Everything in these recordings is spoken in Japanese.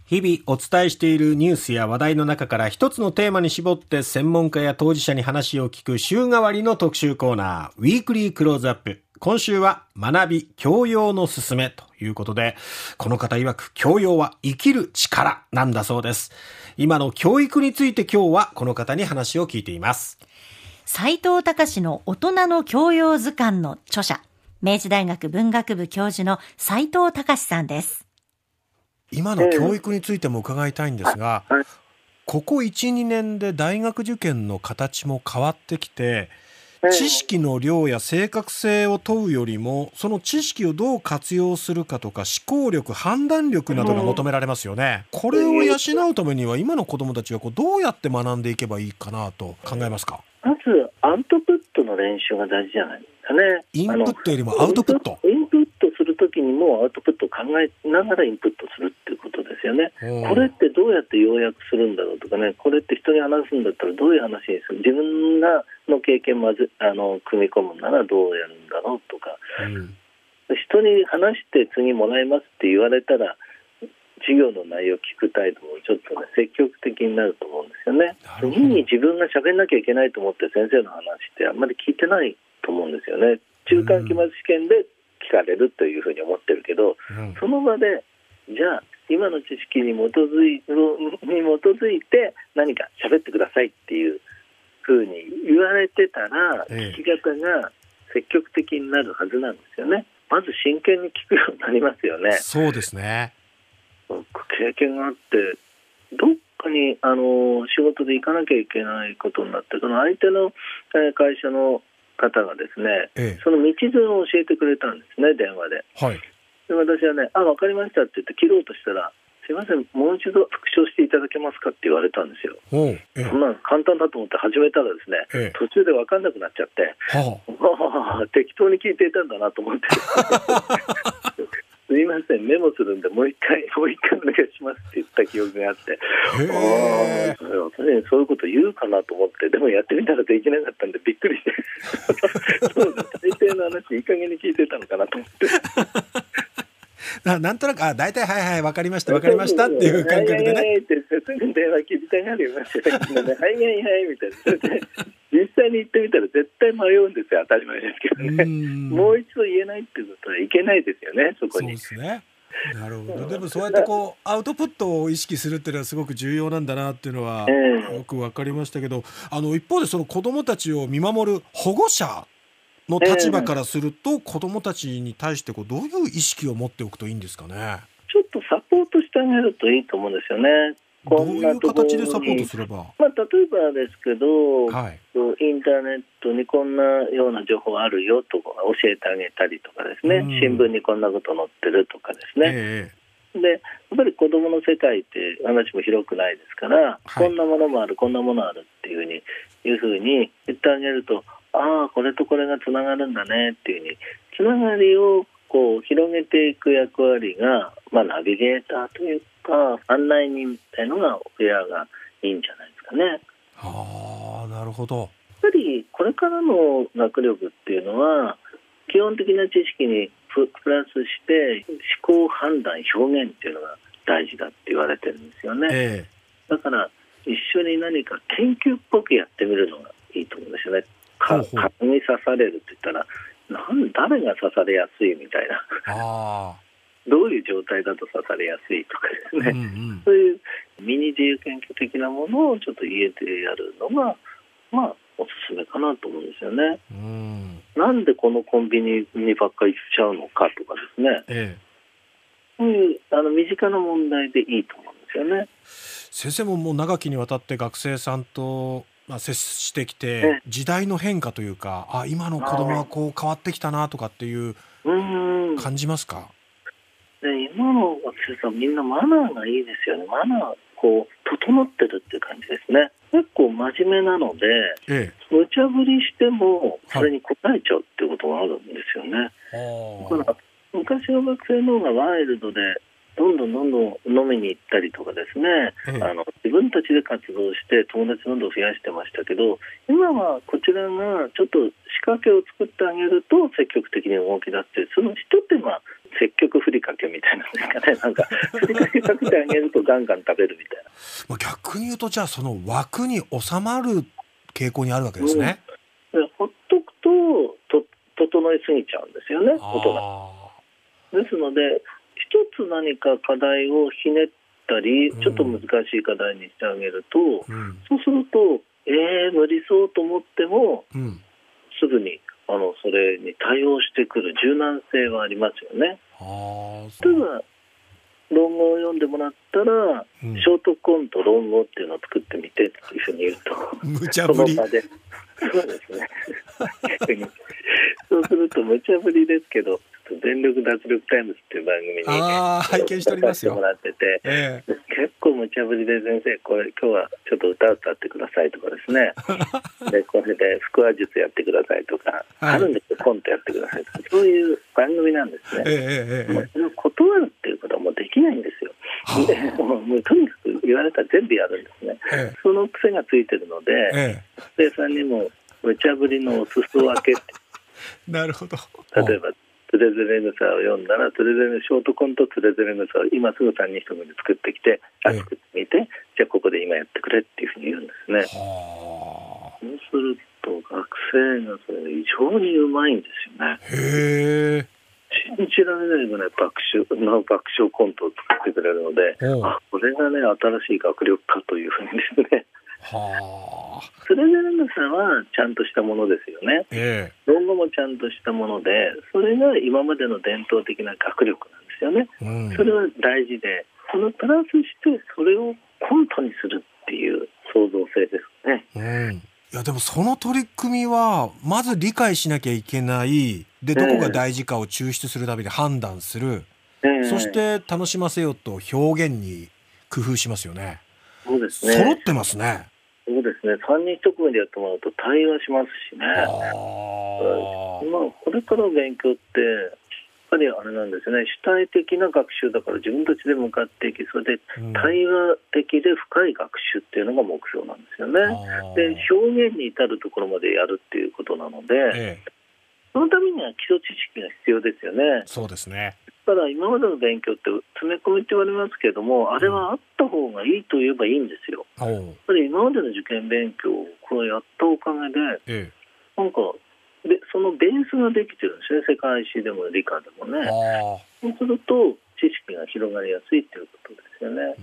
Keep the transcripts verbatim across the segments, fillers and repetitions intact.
日々お伝えしているニュースや話題の中から一つのテーマに絞って専門家や当事者に話を聞く週替わりの特集コーナー、ウィークリークローズアップ。今週は学び教養のすすめということで、この方曰く教養は生きる力なんだそうです。今の教育について今日はこの方に話を聞いています。 斉藤隆の大人の教養図鑑の著者、明治大学文学部教授の斉藤隆さんです。 今の教育についても伺いたいんですが、ここ いち、にねんで大学受験の形も変わってきて、知識の量や正確性を問うよりも、その知識をどう活用するかとか思考力、判断力などが求められますよね。これを養うためには今の子どもたちがこうどうやって学んでいけばいいかなと考えますか？ まずアウトプットの練習が大事じゃないですかね。 インプットよりもアウトプット。 インプットするときにもアウトプットを考えながらインプットするっていうことですよね。これってどうやって要約するんだろうとかね、これって人に話すんだったらどういう話にする、自分がの経験まずあの組み込むならどうやるんだろうとか、うん、人に話して次もらいますって言われたら授業の内容を聞く態度もちょっとね積極的になると思うんですよね。次に自分が喋んなきゃいけないと思って先生の話ってあんまり聞いてないと思うんですよね。中間期末試験で聞かれるというふうに思ってるけど、うん、その場でじゃあ今の知識に基づい、に基づいて何か喋ってくださいっていうふうに言われてたら、聞き方が積極的になるはずなんですよね。まず真剣に聞くようになりますよね。 そうですね。 経験があってどっかにあの仕事で行かなきゃいけないことになって、その相手の会社の方がですね、ええ、その道順を教えてくれたんですね、電話で。はい、で私はね、あ、分かりましたって言って切ろうとしたら、すいません、もう一度復唱していただけますかって言われたんですよ。ええ、そんな簡単だと思って始めたらですね、ええ、途中で分かんなくなっちゃって、はあ、適当に聞いていたんだなと思ってすいません、メモするんでもう一回もう一回お願いしますって言った記憶があって、ああ、私にそういうこと言うかなと思って、でもやってみたらできなかったんでびっくりしてそうだ、大抵の話いい加減に聞いてたのかなと思ってな, なんとなくあ大体はいはい分かりました分かりましたっていう感覚でね、はいはいはいってすぐ電話切りたがりましたけどねはいはいはいみたいな。それで実際に言ってみたら絶対迷うんですよ、当たり前ですけどね。もう一度言えないっていうことはいけないですよね、そこに。 そうですね。なるほど。でもそうやってこうアウトプットを意識するっていうのはすごく重要なんだなっていうのはよく分かりましたけど、あの一方でその子どもたちを見守る保護者の立場からすると、子どもたちに対してこうどういう意識を持っておくといいんですかね。 ちょっとサポートしてあげるといいと思うんですよね。 どういう形でサポートすれば、 まあ、例えばですけど、はい、インターネットにこんなような情報あるよとか教えてあげたりとかですね、新聞にこんなこと載ってるとかですね、えー、でやっぱり子どもの世界って話も広くないですから、はい、こんなものもあるこんなものあるっていうふうにいうふうに言ってあげると、ああこれとこれがつながるんだねっていうふうにつながりをこう広げていく役割が、まあ、ナビゲーターというか案内人みたいのが親がいいんじゃないですかね。 ああ、なるほど。やっぱりこれからの学力っていうのは基本的な知識にプラスして思考判断表現っていうのが大事だって言われてるんですよね、えー、だから一緒に何か研究っぽくやってみるのがいいと思うんですよね。か蚊に刺されるって言ったらなん誰が刺されやすいみたいなあどういう状態だと刺されやすいとかですね、うんうん、そういうミニ自由研究的なものをちょっと家でやるのがまあおすすめかなと思うんですよね。うん、なんでこのコンビニにばっかり行っちゃうのかとかですね、ええ、そういうあの身近な問題でいいと思うんですよね。 先生ももう長きにわたって学生さんとまあ、接してきて時代の変化というか、あ今の子供はこう変わってきたなとかっていう感じますか？ で今の学生さんみんなマナーがいいですよね。マナーこう整ってるっていう感じですね。結構真面目なので、ええ、無茶ぶりしてもそれに応えちゃうっていうことがあるんですよね。だから昔の学生の方がワイルドでどんどんどんどん飲みに行ったりとかですね、ええ、あの自分たちで活動して友達どんどん増やしてましたけど、今はこちらがちょっと仕掛けを作ってあげると積極的に動き出して、その一手間積極ふりかけみたいなんですかね。なんかふりかけかけてあげるとガンガン食べるみたいな。 逆に言うと、じゃあその枠に収まる傾向にあるわけですね。 うん、ほっとくとと整いすぎちゃうんですよね、大人。ですので一つ何か課題をひねったり、ちょっと難しい課題にしてあげると、うん、そうするとえー、無理そうと思っても、うん、すぐにあのそれに対応してくる柔軟性はありますよね。例えば論語を読んでもらったら、うん、ショートコント論語っていうのを作ってみてっていうふうに言うと、 無茶ぶり。 その場でそうですね逆にそうすると無茶ぶりですけど、全力脱力タイムズっていう番組に、 あ拝見しておりますよ。 もらってて、 ええ、 結構無茶ぶりで、先生これ今日はちょっと歌歌ってくださいとかですねでこれで腹話術やってくださいとか、はい、あるんですよ、コントやってくださいとか、そういう番組なんですね。 ええええ、 それを断るっていうことはもうできないんですよ。でもうもうとにかく言われたら全部やるんですね。ええ、その癖がついてるので、ええ、学生さんにも無茶ぶりのお裾分けってなるほど。 例えばつれづれ草を読んだら、つれづれショートコントつれづれ草を今すぐさんにんひと組で作ってきて、あ作ってみて、じゃあここで今やってくれっていうふうに言うんですね。そうすると学生がそれ異常にうまいんですよね。 へー、 信じられないぐらい爆笑の爆笑コントを作ってくれるので、あこれがね新しい学力かというふうにですね。はあ、つれづれ草はちゃんとしたものですよね。えー、論語もちゃんとしたもので、それが今までの伝統的な学力なんですよね。うん、それは大事で、そのプラスしてそれをコントにするっていう創造性ですね。 うん、いやでもその取り組みはまず理解しなきゃいけない。でどこが大事かを抽出するために判断する、えー、そして楽しませようと表現に工夫しますよね。 そうですね。 揃ってますね。 そうですね。さんにん一組でやってもらうと対話しますしね。あまあ、これからの勉強ってやっぱりあれなんですね。主体的な学習だから自分たちで向かっていき、それで対話的で深い学習っていうのが目標なんですよね。で表現に至るところまでやるっていうことなので、ええ、そのためには基礎知識が必要ですよね。 そうですね。 だから今までの勉強って詰め込みって言われますけども、あれはあった方がいいと言えばいいんですよ。うん、やっぱり今までの受験勉強をこれやったおかげで、ええ、なんかでそのベースができてるんですね。世界史でも理科でもね。そうすると知識が広がりやすいということですよね。 うん、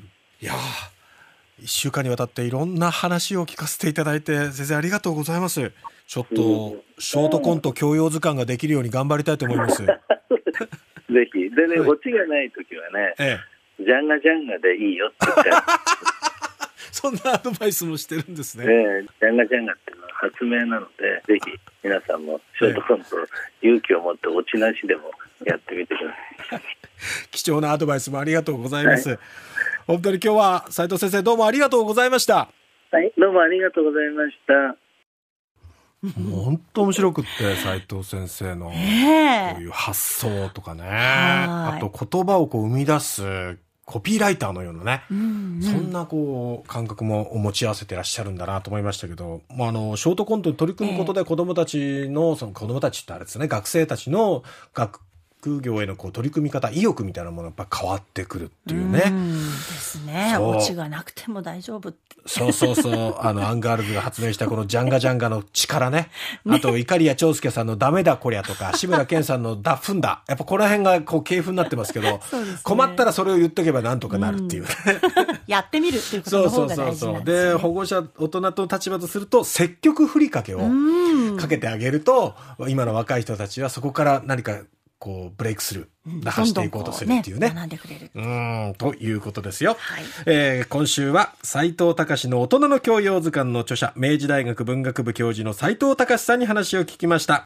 いやいっしゅうかんにわたっていろんな話を聞かせていただいて、先生ありがとうございます。ちょっとショートコント教養図鑑ができるように頑張りたいと思います。 ぜひでね、はい、オチがないときはね、ええ、ジャンガジャンガでいいよって言ってそんなアドバイスもしてるんですね。 ね、ジャンガジャンガっていうのは発明なので、ぜひ皆さんもショートコント、ええ、勇気を持ってオチなしでもやってみてください。 貴重なアドバイスもありがとうございます。はい、本当に今日は斉藤先生どうもありがとうございました。 はい、どうもありがとうございました。 本当面白くって斉藤先生のこういう発想とかね、あと言葉をこう生み出すコピーライターのようなね、うんうん、そんなこう感覚も持ち合わせてらっしゃるんだなと思いましたけど、まあ、あのショートコントに取り組むことで子どもたちの、その子どもたちってあれですね、学生たちの学学業へのこう取り組み方、意欲みたいなものがやっぱ変わってくるっていうね。 うんですね。オチがなくても大丈夫って。 そうそうそう。あのアンガールズが発明したこのジャンガジャンガの力ね。ね、あと碇谷長介さんのダメだこりゃとか、志村けんさんのダフンだ。やっぱこの辺がこう系譜になってますけど、そうですね、困ったらそれを言っとけばなんとかなるっていう、ね、 うん、やってみるっていうことの方が大事なんですね。そうそうそうそう。で保護者大人の立場とすると積極ふりかけをかけてあげると、今の若い人たちはそこから何かこうブレイクスルー出していこうとするっていうね。 どんどんこうね、学んでくれる。 うーん、ということですよ。はい、えー、今週は斉藤隆の大人の教養図鑑の著者、明治大学文学部教授の斉藤隆さんに話を聞きました。